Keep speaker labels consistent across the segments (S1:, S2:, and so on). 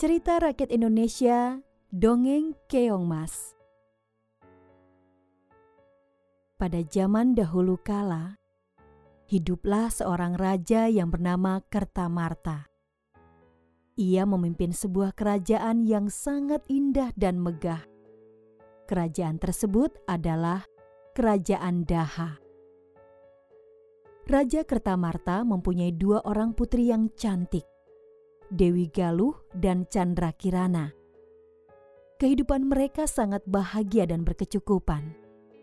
S1: Cerita rakyat Indonesia, dongeng Keong Mas. Pada zaman dahulu kala, hiduplah seorang raja yang bernama Kertamarta. Ia memimpin sebuah kerajaan yang sangat indah dan megah. Kerajaan tersebut adalah Kerajaan Daha. Raja Kertamarta mempunyai 2 orang putri yang cantik, Dewi Galuh dan Candrakirana. Kehidupan mereka sangat bahagia dan berkecukupan.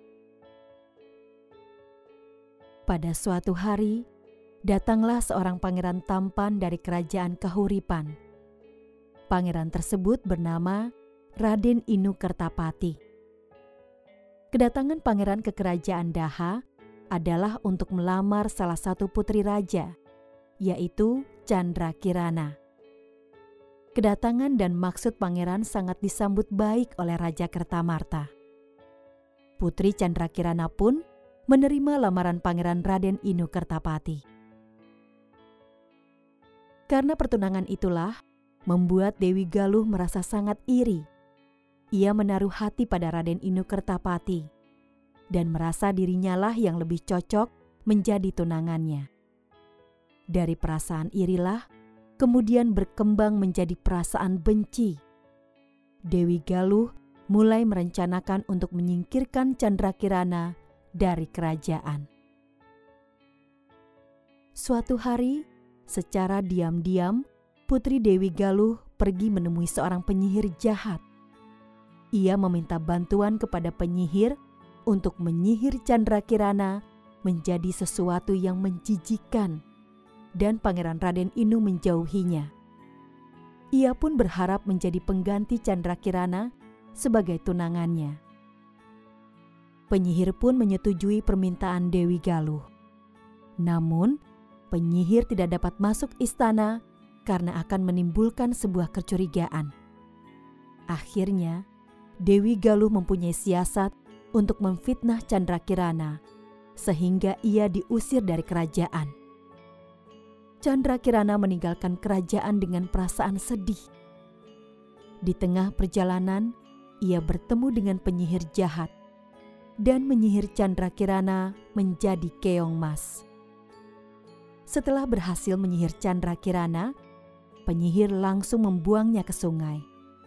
S1: Pada suatu hari, datanglah seorang pangeran tampan dari kerajaan Kahuripan. Pangeran tersebut bernama Raden Inu Kertapati. Kedatangan pangeran ke kerajaan Daha adalah untuk melamar salah satu putri raja, yaitu Candrakirana. Kedatangan dan maksud pangeran sangat disambut baik oleh Raja Kertamarta. Putri Candrakirana pun menerima lamaran pangeran Raden Inu Kertapati. Karena pertunangan itulah membuat Dewi Galuh merasa sangat iri. Ia menaruh hati pada Raden Inu Kertapati dan merasa dirinya lah yang lebih cocok menjadi tunangannya. Dari perasaan irilah kemudian berkembang menjadi perasaan benci. Dewi Galuh mulai merencanakan untuk menyingkirkan Candrakirana dari kerajaan. Suatu hari, secara diam-diam, Putri Dewi Galuh pergi menemui seorang penyihir jahat. Ia meminta bantuan kepada penyihir untuk menyihir Candrakirana menjadi sesuatu yang menjijikkan, dan Pangeran Raden Inu menjauhinya. Ia pun berharap menjadi pengganti Candrakirana sebagai tunangannya. Penyihir pun menyetujui permintaan Dewi Galuh. Namun, penyihir tidak dapat masuk istana karena akan menimbulkan sebuah kecurigaan. Akhirnya, Dewi Galuh mempunyai siasat untuk memfitnah Candrakirana sehingga ia diusir dari kerajaan. Candrakirana meninggalkan kerajaan dengan perasaan sedih. Di tengah perjalanan, ia bertemu dengan penyihir jahat dan menyihir Candrakirana menjadi keong mas. Setelah berhasil menyihir Candrakirana, penyihir langsung membuangnya ke sungai.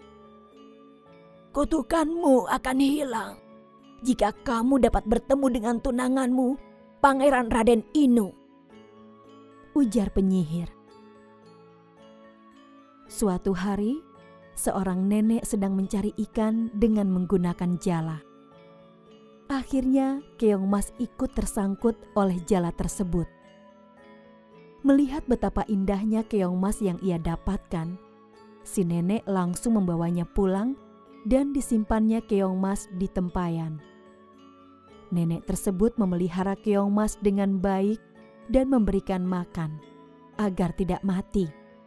S2: Kutukanmu akan hilang jika kamu dapat bertemu dengan tunanganmu, Pangeran Raden Inu,
S1: ujar penyihir. Suatu hari, seorang nenek sedang mencari ikan dengan menggunakan jala. Akhirnya, keong mas ikut tersangkut oleh jala tersebut. Melihat betapa indahnya keong mas yang ia dapatkan, si nenek langsung membawanya pulang dan disimpannya keong mas di tempayan. Nenek tersebut memelihara keong mas dengan baik dan memberikan makan agar tidak mati.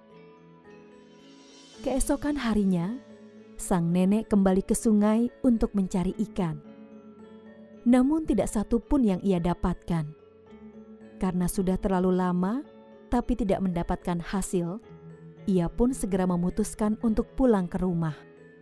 S1: Keesokan harinya, sang nenek kembali ke sungai untuk mencari ikan. Namun tidak satu pun yang ia dapatkan. Karena sudah terlalu lama tapi tidak mendapatkan hasil, ia pun segera memutuskan untuk pulang ke rumah.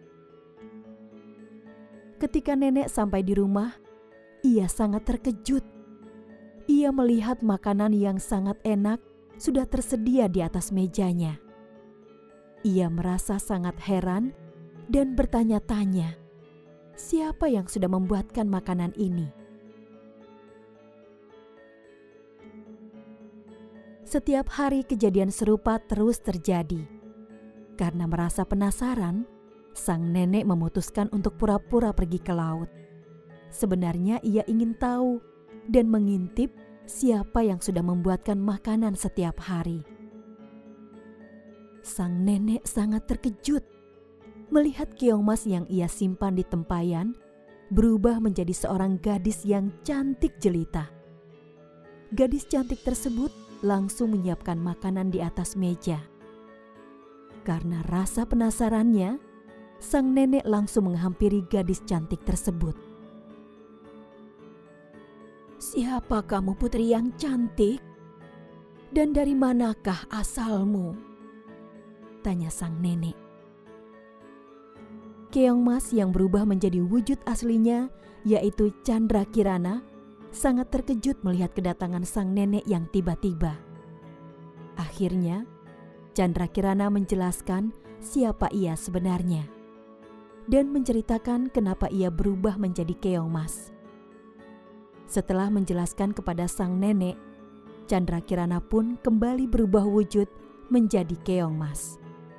S1: Ketika nenek sampai di rumah, ia sangat terkejut. Ia melihat makanan yang sangat enak sudah tersedia di atas mejanya. Ia merasa sangat heran dan bertanya-tanya, siapa yang sudah membuatkan makanan ini? Setiap hari kejadian serupa terus terjadi. Karena merasa penasaran, sang nenek memutuskan untuk pura-pura pergi ke laut. Sebenarnya ia ingin tahu dan mengintip siapa yang sudah membuatkan makanan setiap hari. Sang nenek sangat terkejut melihat keong mas yang ia simpan di tempayan berubah menjadi seorang gadis yang cantik jelita. Gadis cantik tersebut langsung menyiapkan makanan di atas meja. Karena rasa penasarannya, sang nenek langsung menghampiri gadis cantik tersebut.
S2: Siapa kamu, putri yang cantik? Dan dari manakah asalmu?
S1: Tanya sang nenek. Keong Mas yang berubah menjadi wujud aslinya, yaitu Chandra Kirana, sangat terkejut melihat kedatangan sang nenek yang tiba-tiba. Akhirnya, Chandra Kirana menjelaskan siapa ia sebenarnya dan menceritakan kenapa ia berubah menjadi Keong Mas. Setelah menjelaskan kepada sang nenek, Chandra Kirana pun kembali berubah wujud menjadi Keong Mas.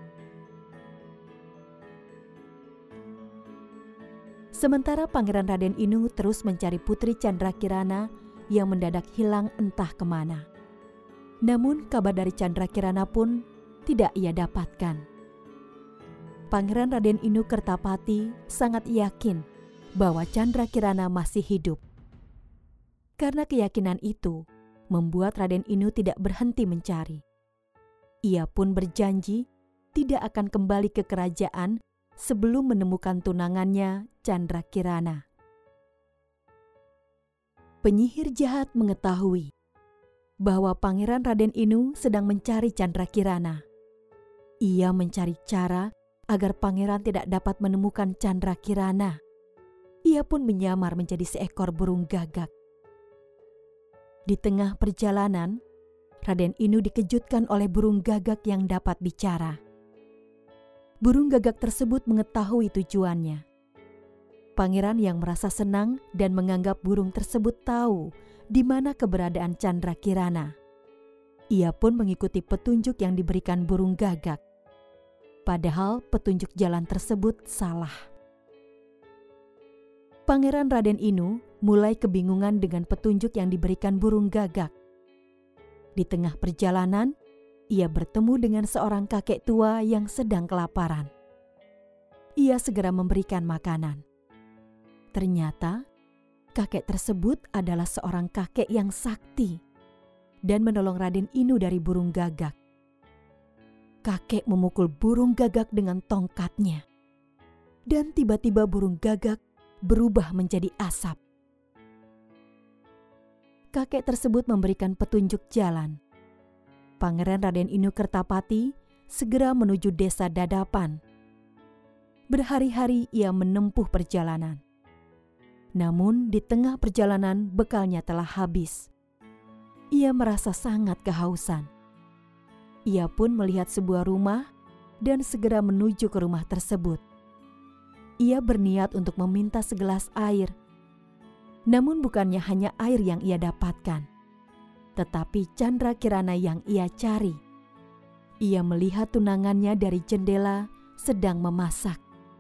S1: Sementara Pangeran Raden Inu terus mencari putri Chandra Kirana yang mendadak hilang entah kemana. Namun kabar dari Chandra Kirana pun tidak ia dapatkan. Pangeran Raden Inu Kertapati sangat yakin bahwa Chandra Kirana masih hidup. Karena keyakinan itu membuat Raden Inu tidak berhenti mencari. Ia pun berjanji tidak akan kembali ke kerajaan sebelum menemukan tunangannya Chandra Kirana. Penyihir jahat mengetahui bahwa Pangeran Raden Inu sedang mencari Chandra Kirana. Ia mencari cara agar pangeran tidak dapat menemukan Chandra Kirana. Ia pun menyamar menjadi seekor burung gagak. Di tengah perjalanan, Raden Inu dikejutkan oleh burung gagak yang dapat bicara. Burung gagak tersebut mengetahui tujuannya. Pangeran yang merasa senang dan menganggap burung tersebut tahu di mana keberadaan Chandra Kirana. Ia pun mengikuti petunjuk yang diberikan burung gagak. Padahal petunjuk jalan tersebut salah. Pangeran Raden Inu mulai kebingungan dengan petunjuk yang diberikan burung gagak. Di tengah perjalanan, ia bertemu dengan seorang kakek tua yang sedang kelaparan. Ia segera memberikan makanan. Ternyata, kakek tersebut adalah seorang kakek yang sakti dan menolong Raden Inu dari burung gagak. Kakek memukul burung gagak dengan tongkatnya. Dan tiba-tiba burung gagak berubah menjadi asap. Kakek tersebut memberikan petunjuk jalan. Pangeran Raden Inu Kertapati segera menuju desa Dadapan. Berhari-hari ia menempuh perjalanan. Namun di tengah perjalanan bekalnya telah habis. Ia merasa sangat kehausan. Ia pun melihat sebuah rumah dan segera menuju ke rumah tersebut. Ia berniat untuk meminta segelas air. Namun bukannya hanya air yang ia dapatkan, tetapi Chandra Kirana yang ia cari. Ia melihat tunangannya dari jendela sedang memasak.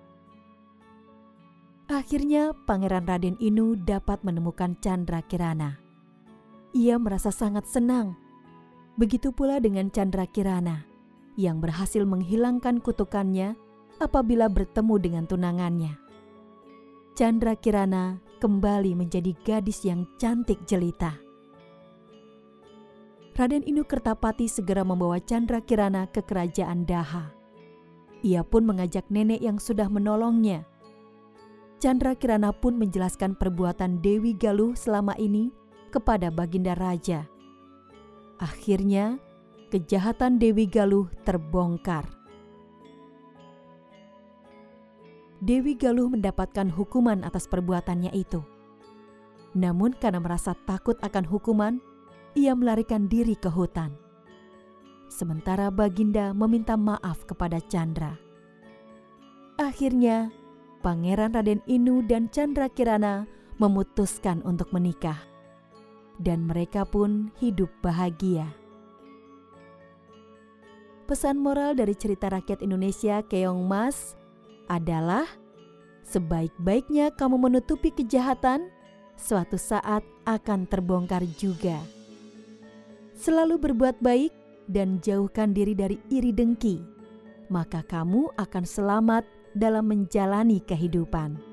S1: Akhirnya Pangeran Raden Inu dapat menemukan Chandra Kirana. Ia merasa sangat senang. Begitu pula dengan Chandra Kirana yang berhasil menghilangkan kutukannya apabila bertemu dengan tunangannya. Chandra Kirana kembali menjadi gadis yang cantik jelita. Raden Inu Kertapati segera membawa Chandra Kirana ke kerajaan Daha. Ia pun mengajak nenek yang sudah menolongnya. Chandra Kirana pun menjelaskan perbuatan Dewi Galuh selama ini kepada Baginda Raja. Akhirnya, kejahatan Dewi Galuh terbongkar. Dewi Galuh mendapatkan hukuman atas perbuatannya itu. Namun karena merasa takut akan hukuman, ia melarikan diri ke hutan. Sementara Baginda meminta maaf kepada Chandra. Akhirnya, Pangeran Raden Inu dan Chandra Kirana memutuskan untuk menikah. Dan mereka pun hidup bahagia. Pesan moral dari cerita rakyat Indonesia Keong Mas adalah sebaik-baiknya kamu menutupi kejahatan, suatu saat akan terbongkar juga. Selalu berbuat baik dan jauhkan diri dari iri dengki, maka kamu akan selamat dalam menjalani kehidupan.